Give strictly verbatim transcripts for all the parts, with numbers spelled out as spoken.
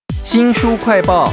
新书快报。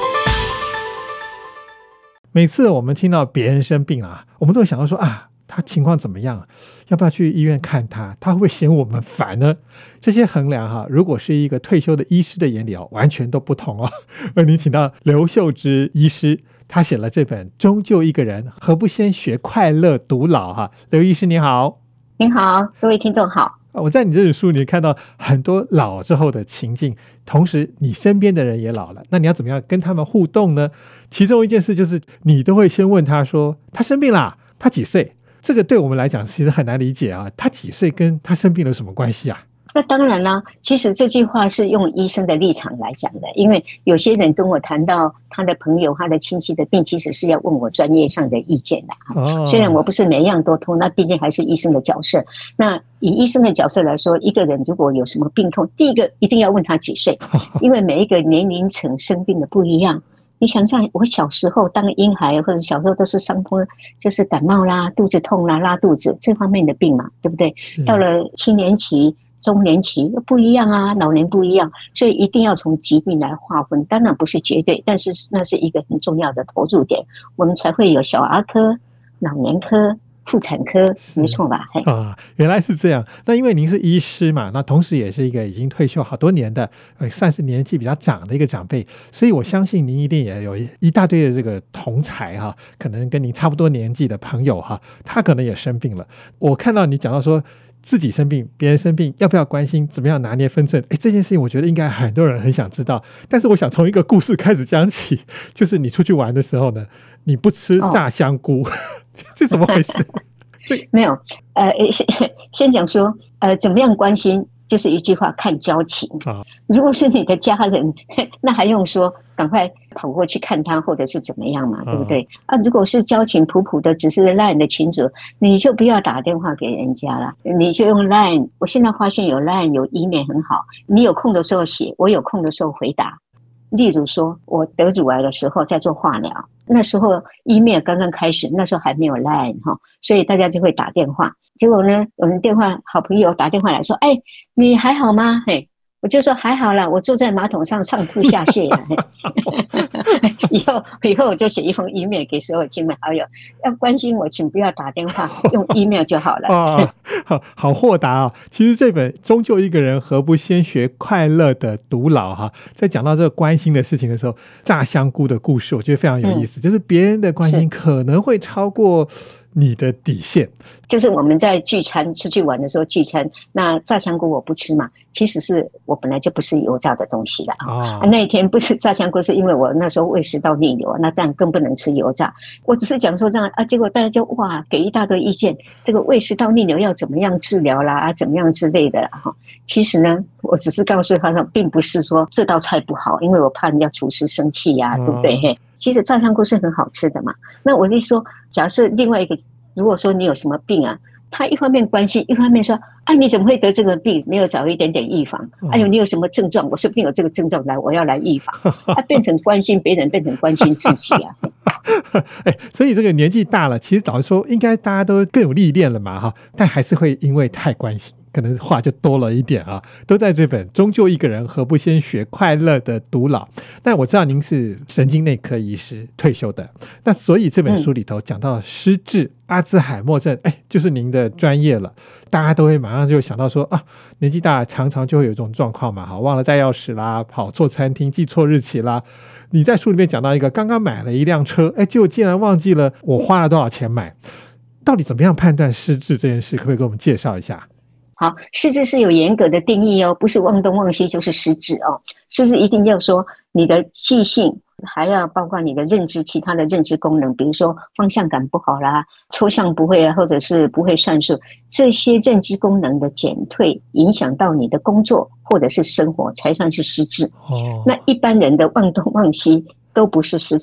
每次我们听到别人生病啊，我们都会想到说啊，他情况怎么样？要不要去医院看他？他会不会嫌我们烦呢？这些衡量哈，如果是一个退休的医师的眼里哦，完全都不同哦。而您请到刘秀芝医师，他写了这本《终究一个人，何不先学快乐独老》哈。刘医师你好。 您好，各位听众好。 我在你这本书里看到很多老之后的情境，同时你身边的人也老了，那你要怎么样跟他们互动呢？其中一件事就是你都会先问他说他生病啦，他几岁？这个对我们来讲其实很难理解啊，他几岁跟他生病有什么关系啊？ 那当然啦，其实这句话是用医生的立场来讲的，因为有些人跟我谈到他的朋友、他的亲戚的病，其实是要问我专业上的意见的。哦、虽然我不是每样都通，那毕竟还是医生的角色。那以医生的角色来说，一个人如果有什么病痛，第一个一定要问他几岁，因为每一个年龄层生病的不一样。你想想，我小时候当婴孩或者小时候都是伤风，就是感冒啦、肚子痛啦、拉肚子这方面的病嘛，对不对？到了青年期、中年期又不一样啊，老年不一样，所以一定要从疾病来划分。当然不是绝对，但是那是一个很重要的投入点，我们才会有小儿科、老年科、妇产科，没错吧？ 啊，原来是这样。那因为您是医师嘛，那同时也是一个已经退休好多年的，呃，算是年纪比较长的一个长辈，所以我相信您一定也有一大堆的这个同才哈，可能跟您差不多年纪的朋友哈，他可能也生病了。我看到你讲到说，自己生病，别人生病，要不要关心？怎么样拿捏分寸？哎，这件事情我觉得应该很多人很想知道。但是我想从一个故事开始讲起，就是你出去玩的时候呢，你不吃炸香菇，哦、这怎么回事？ 没有，呃，先先讲说，呃，怎么样关心，就是一句话，看交情。啊、如果是你的家人，那还用说，赶快跑过去看他，或者是怎么样嘛，对不对？啊，如果是交情普普的，只是 LINE 的群组，你就不要打电话给人家了，你就用 LINE。我现在发现有 LINE 有 email 很好，你有空的时候写，我有空的时候回答。例如说，我得乳癌的时候在做化疗，那时候 email 刚刚开始，那时候还没有 LINE 哈，所以大家就会打电话。结果呢，有人电话好朋友打电话来说：“哎，你还好吗？”嘿，我就说还好啦，我坐在马桶上上吐下泻呀。以后以后我就写一封 email 给所有亲朋好友，要关心我，请不要打电话，用 email 就好了。 哦、好, 好豁达啊、哦！其实这本《终究一个人，何不先学快乐的独老》哈，在讲到这个关心的事情的时候，炸香菇的故事，我觉得非常有意思。嗯、就是别人的关心可能会超过你的底线。 就是我们在聚餐出去玩的时候聚餐，那炸香菇我不吃嘛，其实是我本来就不是油炸的东西啦。哦、啊，那一天不吃炸香菇是因为我那时候胃食道逆流，那当然更不能吃油炸。我只是讲说这样啊，结果大家就哇给一大堆意见，这个胃食道逆流要怎么样治疗啦，啊怎么样之类的哈。其实呢，我只是告诉他说，并不是说这道菜不好，因为我怕人家厨师生气呀、啊，哦、对不对？其实炸香菇是很好吃的嘛。那我就说，假设另外一个。如果说你有什么病啊，他一方面关心，一方面说，啊，你怎么会得这个病？没有早一点点预防。哎呦，你有什么症状？我说不定有这个症状来，我要来预防。他变成关心别人，变成关心自己啊。 哎，所以这个年纪大了，其实老实说，应该大家都更有历练了嘛，哈，但还是会因为太关心。可能话就多了一点啊，都在这本《终究一个人，何不先学快乐的独老》。但我知道您是神经内科医师退休的，那所以这本书里头讲到失智、阿兹海默症，哎，就是您的专业了。大家都会马上就想到说啊，年纪大常常就会有一种状况嘛，忘了带钥匙啦，跑错餐厅，记错日期啦。你在书里面讲到一个，刚刚买了一辆车，哎，结果竟然忘记了我花了多少钱买。到底怎么样判断失智这件事？可不可以给我们介绍一下？ 好，失智是有严格的定义哦，不是忘东忘西就是失智哦。失智一定要说你的记性，还要包括你的认知，其他的认知功能，比如说方向感不好啦，抽象不会啊，或者是不会算数，这些认知功能的减退，影响到你的工作或者是生活，才算是失智。哦，那一般人的忘东忘西都不是失智。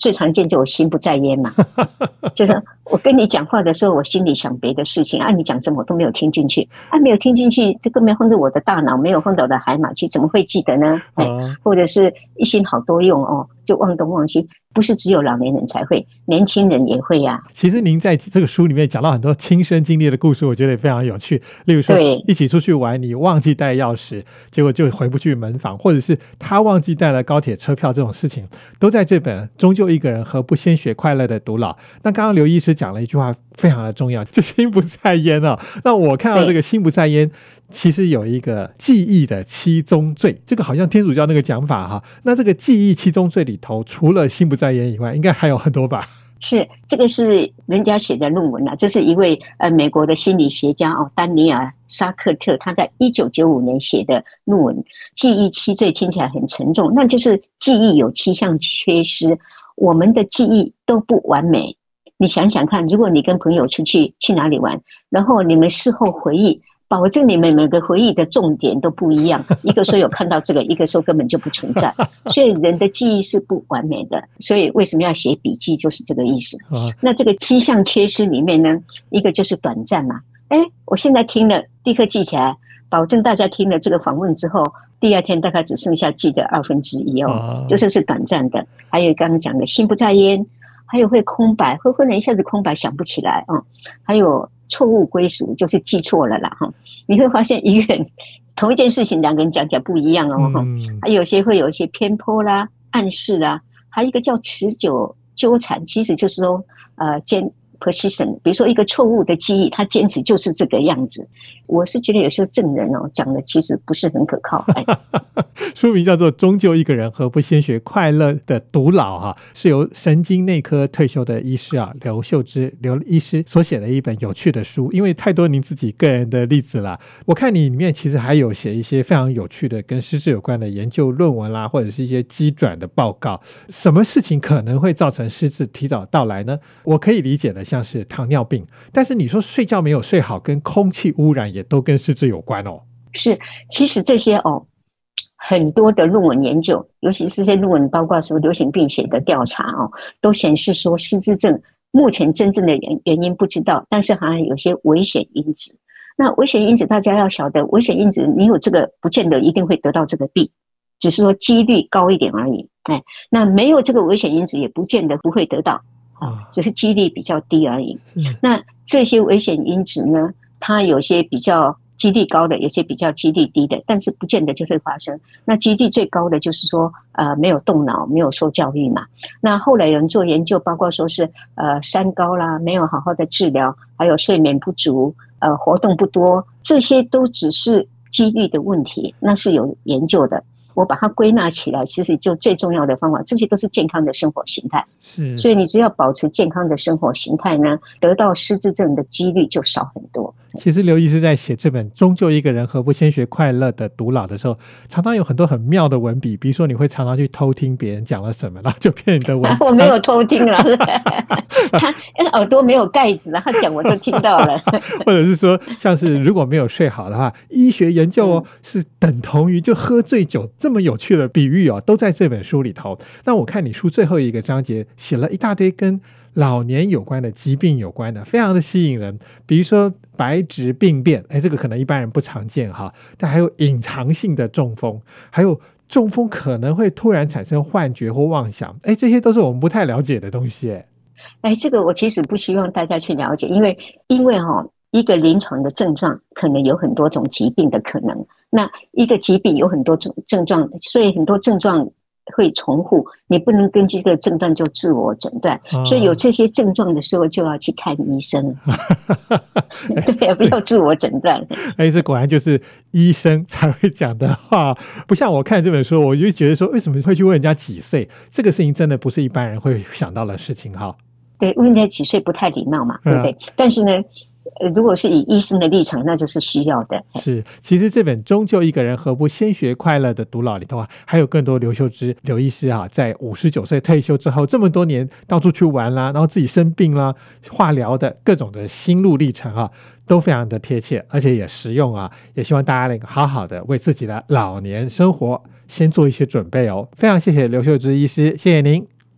最常见就我心不在焉嘛，就是我跟你讲话的时候，我心里想别的事情啊，你讲什么我都没有听进去啊，没有听进去，这根本放在我的大脑，没有放到我的海马去，怎么会记得呢？哎，或者是一心好多用哦，就忘东忘西。不是只有老年人才会，年轻人也会呀、啊。 其实您在这个书里面讲到很多亲身经历的故事，我觉得也非常有趣。例如说，一起出去玩，你忘记带钥匙，结果就回不去门房，或者是他忘记带了高铁车票，这种事情都在这本《终究一个人何不先学快乐的独老》。那刚刚刘医师讲了一句话非常的重要，就心不在焉啊。那我看到这个心不在焉，其实有一个记忆的七宗罪，这个好像天主教那个讲法哈。那这个记忆七宗罪里头，除了心不在焉以外，应该还有很多吧？ 是，这个是人家写的论文啊，这是一位呃美国的心理学家哦，丹尼尔·沙克特，他在一九九五年写的论文。记忆七罪听起来很沉重，那就是记忆有七项缺失，我们的记忆都不完美。你想想看，如果你跟朋友出去去哪里玩，然后你们事后回忆，保证你们每个回忆的重点都不一样，一个说有看到这个，一个说根本就不存在，所以人的记忆是不完美的，所以为什么要写笔记就是这个意思。那这个七项缺失里面呢，一个就是短暂嘛，哎，我现在听了立刻记起来，保证大家听了这个访问之后，第二天大概只剩下记得二分之一哦，就是是短暂的。还有刚刚讲的心不在焉，还有会空白，会忽然一下子空白想不起来啊、嗯，还有错误归属，就是记错了啦哈。你会发现一个人同一件事情两个人讲起来不一样哦，嗯、还有些会有一些偏颇啦、暗示啦，还有一个叫持久纠缠，其实就是说呃坚 persistent， 比如说一个错误的记忆，他坚持就是这个样子。我是觉得有时候证人哦讲的其实不是很可靠。哎、 书名叫做《终究一个人何不先学快乐的独老》哈，是由神经内科退休的医师啊刘秀芝刘医师所写的一本有趣的书。因为太多您自己个人的例子啦，我看你里面其实还有写一些非常有趣的跟失智有关的研究论文啦，或者是一些机转的报告。什么事情可能会造成失智提早到来呢？我可以理解的像是糖尿病，但是你说睡觉没有睡好跟空气污染也都跟失智有关哦。 是，其实这些哦，很多的论文研究，尤其是这些论文，包括什么流行病学的调查哦，都显示说失智症目前真正的原原因不知道，但是好像有些危险因子。那危险因子大家要晓得，危险因子你有这个，不见得一定会得到这个病，只是说几率高一点而已。哎，那没有这个危险因子，也不见得不会得到啊，只是几率比较低而已。那这些危险因子呢，它有些比较几率高的，有些比较几率低的，但是不见得就会发生。那几率最高的就是说，呃，没有动脑，没有受教育嘛。那后来有人做研究，包括说是呃三高啦，没有好好的治疗，还有睡眠不足，呃，活动不多，这些都只是几率的问题，那是有研究的。我把它归纳起来，其实就最重要的方法，这些都是健康的生活形态。 是， 所以你只要保持健康的生活形态呢，得到失智症的几率就少很多。 其实刘医师在写这本《终究一个人何不先学快乐的独老》的时候，常常有很多很妙的文笔，比如说你会常常去偷听别人讲了什么，然后就骗你的文章。 我没有偷听了，他耳朵没有盖子，他讲我就听到了。 或者是说，像是如果没有睡好的话，医学研究哦、嗯、是等同于就喝醉酒，这么有趣的比喻哦，都在这本书里头。那我看你书最后一个章节写了一大堆跟老年有关的疾病有关的，非常的吸引人。比如说白质病变，哎，这个可能一般人不常见哈，但还有隐藏性的中风，还有中风可能会突然产生幻觉或妄想，哎，这些都是我们不太了解的东西。哎， 哎，这个我其实不希望大家去了解，因为因为哈、哦，一个临床的症状可能有很多种疾病的可能，那一个疾病有很多种症状，所以很多症状会重复，你不能根据这个症状就自我诊断、哦、所以有这些症状的时候就要去看医生。对，不要自我诊断。 哎，这果然就是医生才会讲的话，不像我看这本书，我就觉得说为什么会去问人家几岁，这个事情真的不是一般人会想到的事情哈。 对，问人家几岁不太礼貌嘛，对不对？嗯、但是呢呃，如果是以医生的立场，那就是需要的。 是，其实这本《终究一个人何不先学快乐的独老》里头啊，还有更多刘秀芝刘医师啊，在五十九岁退休之后，这么多年到处去玩啦，然后自己生病啦，化疗的各种的心路历程啊，都非常的贴切，而且也实用啊。也希望大家能够好好的为自己的老年生活先做一些准备哦。非常谢谢刘秀芝医师，谢谢您。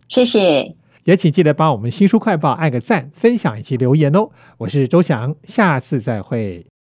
谢谢， 也请记得帮我们新书快报按个赞、分享以及留言哦。我是周翔，下次再会。